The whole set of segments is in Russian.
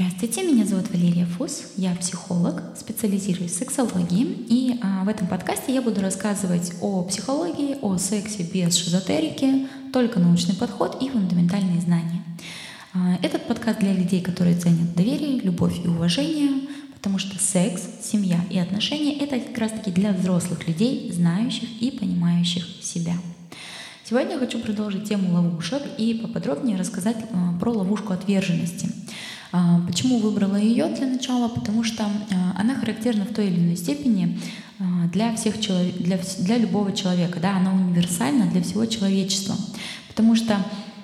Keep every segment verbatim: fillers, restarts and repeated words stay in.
Здравствуйте, меня зовут Валерия Фус, я психолог, специализируюсь в сексологии, и а, в этом подкасте я буду рассказывать о психологии, о сексе без шизотерики, только научный подход и фундаментальные знания. А, этот подкаст для людей, которые ценят доверие, любовь и уважение, потому что секс, семья и отношения — это как раз-таки для взрослых людей, знающих и понимающих себя. Сегодня я хочу продолжить тему ловушек и поподробнее рассказать а, про ловушку отверженности. Почему выбрала ее для начала? Потому что она характерна в той или иной степени для всех человек, для, для любого человека. Да? Она универсальна для всего человечества. Потому что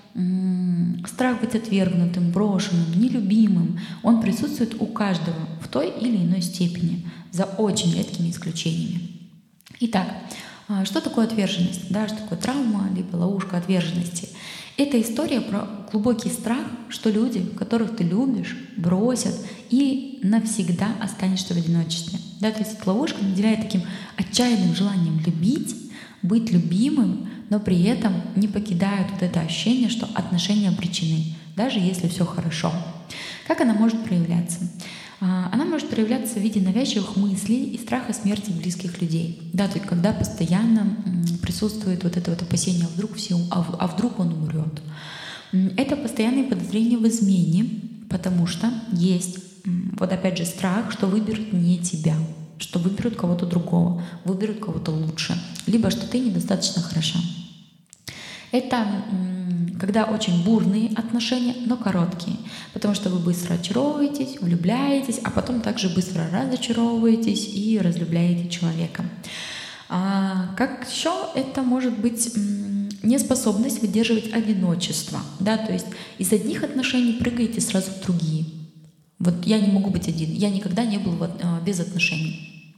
м- страх быть отвергнутым, брошенным, нелюбимым, он присутствует у каждого в той или иной степени, за очень редкими исключениями. Итак, что такое отверженность? Да, что такое травма, либо ловушка отверженности? Это история про глубокий страх, что люди, которых ты любишь, бросят и навсегда останешься в одиночестве. Да, то есть эта ловушка наделяет таким отчаянным желанием любить, быть любимым, но при этом не покидают вот это ощущение, что отношения обречены, даже если все хорошо. Как она может проявляться? Она может проявляться в виде навязчивых мыслей и страха смерти близких людей. Да, то есть когда постоянно присутствует вот это вот опасение, а вдруг, все, а вдруг он умрет. Это постоянные подозрения в измене, потому что есть вот опять же страх, что выберут не тебя, что выберут кого-то другого, выберут кого-то лучше, либо что ты недостаточно хороша. Это когда очень бурные отношения, но короткие, потому что вы быстро очаровываетесь, влюбляетесь, а потом также быстро разочаровываетесь и разлюбляете человека. А как еще это может быть неспособность выдерживать одиночество, да, то есть из одних отношений прыгаете сразу в другие. Вот я не могу быть один, я никогда не был без отношений.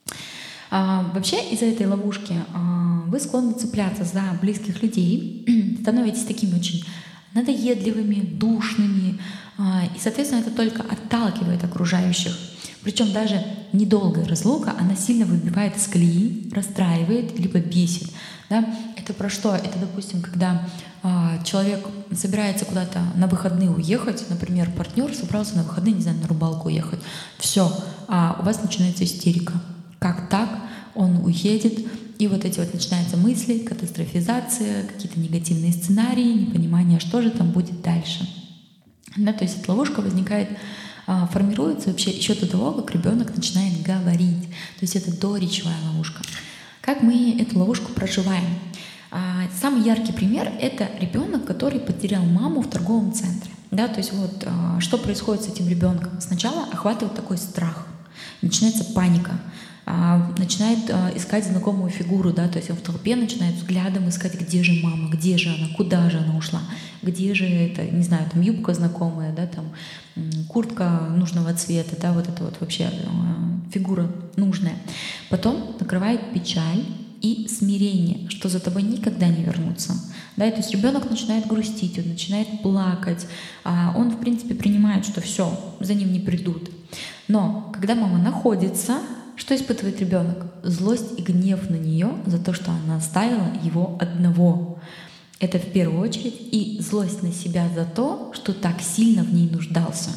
А, вообще из-за этой ловушки а, вы склонны цепляться за близких людей, становитесь такими очень надоедливыми, душными, а, и, соответственно, это только отталкивает окружающих. Причем даже недолгая разлука, она сильно выбивает из колеи, расстраивает, либо бесит. Да? Это про что? Это, допустим, когда а, человек собирается куда-то на выходные уехать, например, партнер собрался на выходные, не знаю, на рыбалку уехать, все, а у вас начинается истерика. Как так? Он уедет, и вот эти вот начинаются мысли, катастрофизация, какие-то негативные сценарии, непонимание, что же там будет дальше. Да, то есть эта ловушка возникает, формируется вообще еще до того, как ребенок начинает говорить. То есть это доречевая ловушка. Как мы эту ловушку проживаем? Самый яркий пример — это ребенок, который потерял маму в торговом центре. Да, то есть вот что происходит с этим ребенком? Сначала охватывает такой страх, начинается паника. Начинает искать знакомую фигуру, да, то есть он в толпе начинает взглядом искать, где же мама, где же она, куда же она ушла, где же это, не знаю, там юбка знакомая, да, там куртка нужного цвета, да, вот это вот вообще фигура нужная. Потом накрывает печаль и смирение, что за тобой никогда не вернутся. Да, то есть ребенок начинает грустить, он начинает плакать, он, в принципе, принимает, что все, за ним не придут. Но когда мама находится, что испытывает ребенок? Злость и гнев на нее за то, что она оставила его одного. Это в первую очередь. И злость на себя за то, что так сильно в ней нуждался.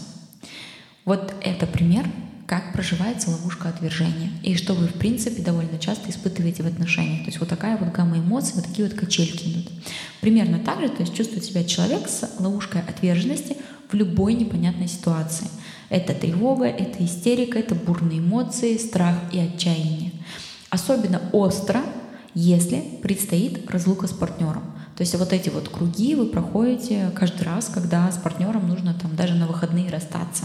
Вот это пример, как проживается ловушка отвержения. И что вы, в принципе, довольно часто испытываете в отношениях. То есть вот такая вот гамма эмоций, вот такие вот качельки идут. Примерно так же, то есть чувствует себя человек с ловушкой отверженности в любой непонятной ситуации. Это тревога, это истерика, это бурные эмоции, страх и отчаяние. Особенно остро, если предстоит разлука с партнером. То есть вот эти вот круги вы проходите каждый раз, когда с партнером нужно там даже на выходные расстаться.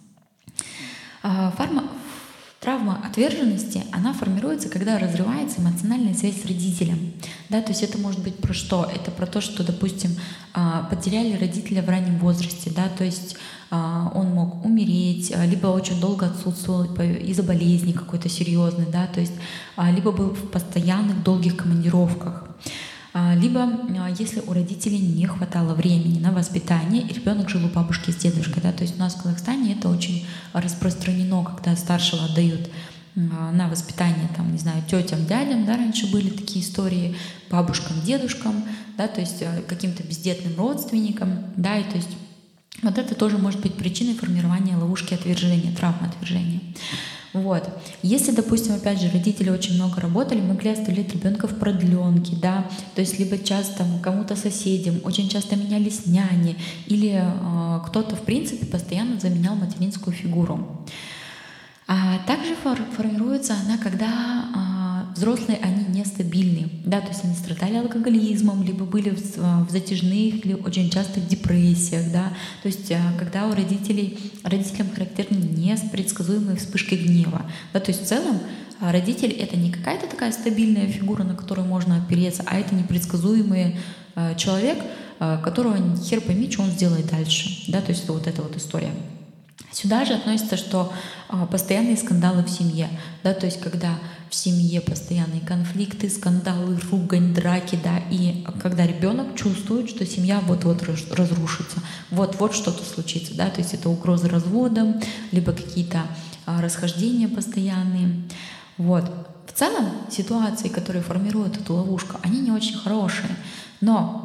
Фарма... Травма отверженности, она формируется, когда разрывается эмоциональная связь с родителем. Да, то есть это может быть про что? Это про то, что, допустим, потеряли родителя в раннем возрасте, да, то есть он мог умереть, либо очень долго отсутствовал из-за болезни какой-то серьезной, да, то есть либо был в постоянных долгих командировках. Либо если у родителей не хватало времени на воспитание, и ребенок жил у бабушки с дедушкой, да, то есть у нас в Казахстане это очень распространено, когда старшего отдают на воспитание, там, не знаю, тетям, дядям, да, раньше были такие истории, бабушкам, дедушкам, да, то есть каким-то бездетным родственникам, да, и то есть Вот это тоже может быть причиной формирования ловушки отвержения, травмы отвержения. Вот. Если, допустим, опять же, родители очень много работали, могли оставлять ребенка в продленке, да, то есть либо часто кому-то соседям, очень часто менялись няни, или э, кто-то, в принципе, постоянно заменял материнскую фигуру. А также фор- формируется она, когда э, взрослые, они нестабильны, да, то есть они страдали алкоголизмом, либо были в, в затяжных или очень частых депрессиях, да, то есть э, когда у родителей, родителям характерны непредсказуемые вспышки гнева, да, то есть в целом э, родитель — это не какая-то такая стабильная фигура, на которую можно опереться, а это непредсказуемый э, человек, э, которого хер пойми, что он сделает дальше, да, то есть это вот эта вот история. Сюда же относится, что а, постоянные скандалы в семье, да, то есть когда в семье постоянные конфликты, скандалы, ругань, драки, да, и когда ребенок чувствует, что семья вот-вот разрушится, вот-вот что-то случится, да, то есть это угрозы развода, либо какие-то а, расхождения постоянные, вот. В целом ситуации, которые формируют эту ловушку, они не очень хорошие, но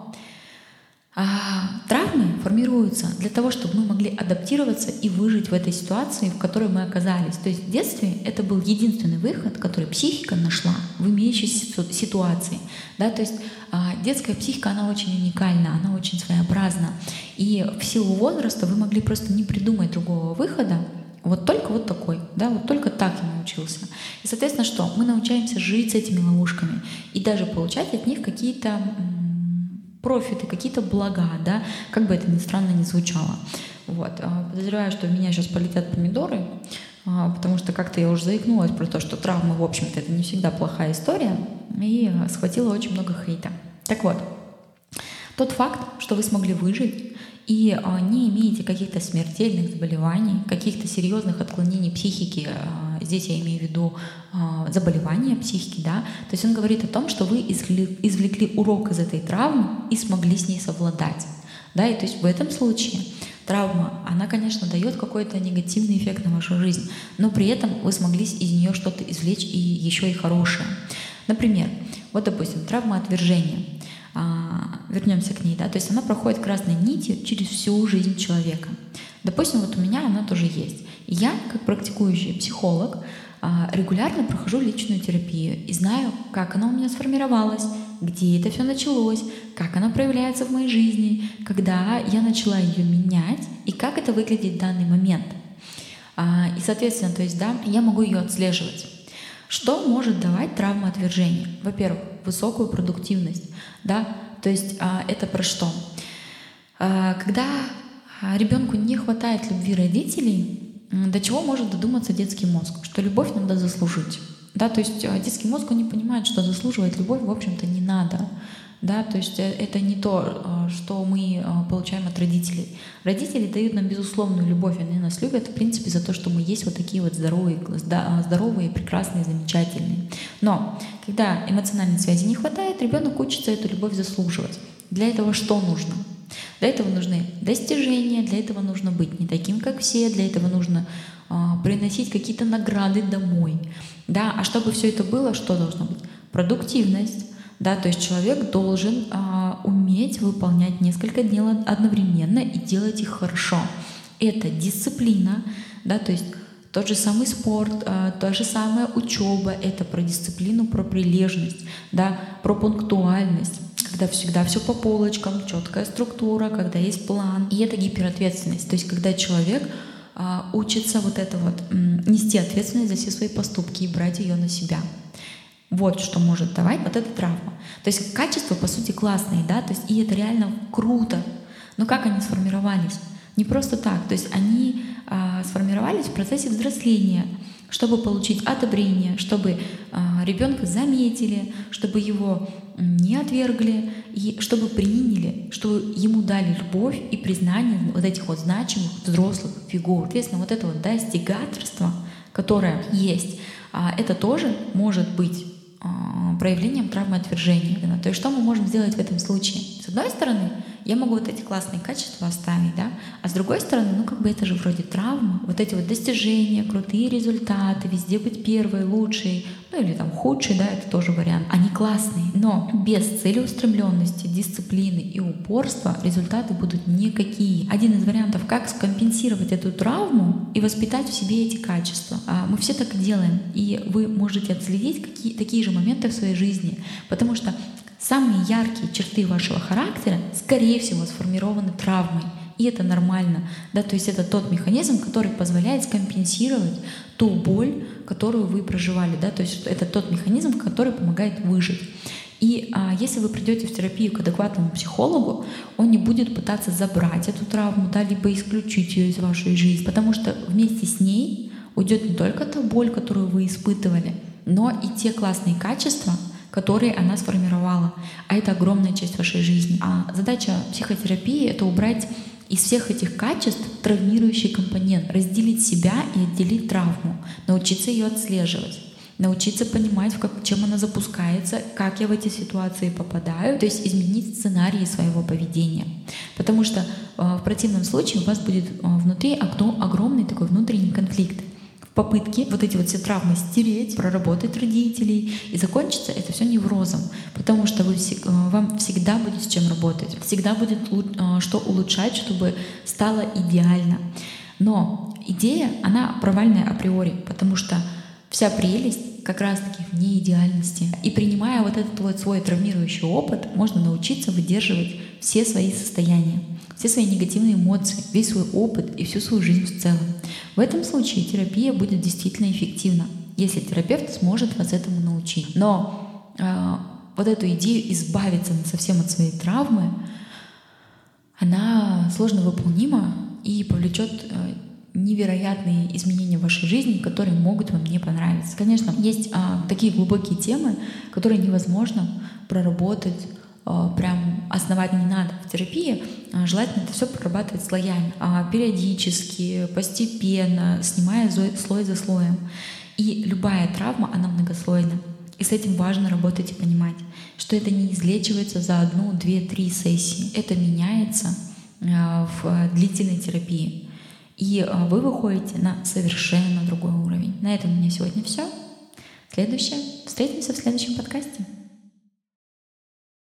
А травмы формируются для того, чтобы мы могли адаптироваться и выжить в этой ситуации, в которой мы оказались. То есть в детстве это был единственный выход, который психика нашла в имеющейся ситуации. Да, то есть а, детская психика, она очень уникальна, она очень своеобразна. И в силу возраста вы могли просто не придумать другого выхода, вот только вот такой, да, вот только так я научился. И, соответственно, что? Мы научаемся жить с этими ловушками и даже получать от них какие-то профиты, какие-то блага, да, как бы это ни странно ни звучало. Вот. Подозреваю, что в меня сейчас полетят помидоры, потому что как-то я уже заикнулась про то, что травмы, в общем-то, это не всегда плохая история, и схватила очень много хейта. Так вот, тот факт, что вы смогли выжить и не имеете каких-то смертельных заболеваний, каких-то серьезных отклонений психики, здесь я имею в виду заболевания психики, да, то есть он говорит о том, что вы извлекли урок из этой травмы и смогли с ней совладать, да, и то есть в этом случае травма, она, конечно, дает какой-то негативный эффект на вашу жизнь, но при этом вы смогли из нее что-то извлечь и еще и хорошее. Например, вот, допустим, травма отвержения. А, вернемся к ней, да, то есть она проходит красной нитью через всю жизнь человека. Допустим, вот у меня она тоже есть. И я, как практикующий психолог, а, регулярно прохожу личную терапию и знаю, как она у меня сформировалась, где это все началось, как она проявляется в моей жизни, когда я начала ее менять и как это выглядит в данный момент. А, и, соответственно, то есть, да, я могу ее отслеживать. Что может давать травма отвержения? Во-первых, высокую продуктивность, да, то есть а, это про что? А, когда ребенку не хватает любви родителей, до чего может додуматься детский мозг? Что любовь надо заслужить, да, то есть детский мозг, он не понимает, что заслуживать любовь, в общем-то, не надо. Да, то есть это не то, что мы получаем от родителей. Родители дают нам безусловную любовь, они нас любят, в принципе, за то, что мы есть вот такие вот здоровые, здоровые, прекрасные, замечательные. Но когда эмоциональной связи не хватает, ребенок учится эту любовь заслуживать. Для этого что нужно? Для этого нужны достижения, для этого нужно быть не таким, как все, для этого нужно а, приносить какие-то награды домой. Да? А чтобы все это было, что должно быть? Продуктивность. Да, то есть человек должен а, уметь выполнять несколько дел одновременно и делать их хорошо. Это дисциплина, да, то есть тот же самый спорт, а, та же самая учеба, это про дисциплину, про прилежность, да, про пунктуальность, когда всегда все по полочкам, четкая структура, когда есть план. И это гиперответственность, то есть когда человек а, учится вот это вот м, нести ответственность за все свои поступки и брать ее на себя. Вот что может давать вот эта травма. То есть качества, по сути, классные, да, то есть и это реально круто. Но как они сформировались? Не просто так. То есть они а, сформировались в процессе взросления, чтобы получить одобрение, чтобы а, ребенка заметили, чтобы его не отвергли, и чтобы приняли, чтобы ему дали любовь и признание вот этих вот значимых взрослых фигур. Соответственно, вот это вот достигаторство, которое есть, а, это тоже может быть проявлением травмы отвержения. То есть что мы можем сделать в этом случае? С одной стороны, я могу вот эти классные качества оставить, да, а с другой стороны, ну как бы это же вроде травма, вот эти вот достижения, крутые результаты, везде быть первой, лучшей, ну или там худшей, да, это тоже вариант. Они классные, но без целеустремленности, дисциплины и упорства результаты будут никакие. Один из вариантов, как скомпенсировать эту травму и воспитать в себе эти качества. Мы все так делаем, и вы можете отследить какие, такие же моменты в своей жизни, потому что самые яркие черты вашего характера, скорее всего, сформированы травмой. И это нормально. Да? То есть это тот механизм, который позволяет скомпенсировать ту боль, которую вы проживали. Да? То есть это тот механизм, который помогает выжить. И а, если вы придете в терапию к адекватному психологу, он не будет пытаться забрать эту травму, да, либо исключить ее из вашей жизни, потому что вместе с ней уйдет не только та боль, которую вы испытывали, но и те классные качества, которые она сформировала. А это огромная часть вашей жизни. А задача психотерапии — это убрать из всех этих качеств травмирующий компонент, разделить себя и отделить травму, научиться ее отслеживать, научиться понимать, в как, чем она запускается, как я в эти ситуации попадаю, то есть изменить сценарии своего поведения. Потому что э, в противном случае у вас будет э, внутри окно, огромный такой внутренний конфликт. Попытки вот эти вот все травмы стереть, проработать родителей, и закончится это все неврозом, потому что вы, вам всегда будет с чем работать, всегда будет что улучшать, чтобы стало идеально. Но идея, она провальная априори, потому что вся прелесть как раз-таки в неидеальности. И принимая вот этот вот свой травмирующий опыт, можно научиться выдерживать все свои состояния, все свои негативные эмоции, весь свой опыт и всю свою жизнь в целом. В этом случае терапия будет действительно эффективна, если терапевт сможет вас этому научить. Но э, вот эту идею избавиться совсем от своей травмы, она сложно выполнима и повлечет э, невероятные изменения в вашей жизни, которые могут вам не понравиться. Конечно, есть а, такие глубокие темы, которые невозможно проработать а, прям основательно не надо. В терапии а, желательно это все прорабатывать слоями, а, периодически, постепенно, снимая слой за слоем. И любая травма, она многослойна. И с этим важно работать и понимать, что это не излечивается за одну, две, три сессии. Это меняется а, в длительной терапии. И вы выходите на совершенно другой уровень. На этом у меня сегодня все. Следующее. Встретимся в следующем подкасте.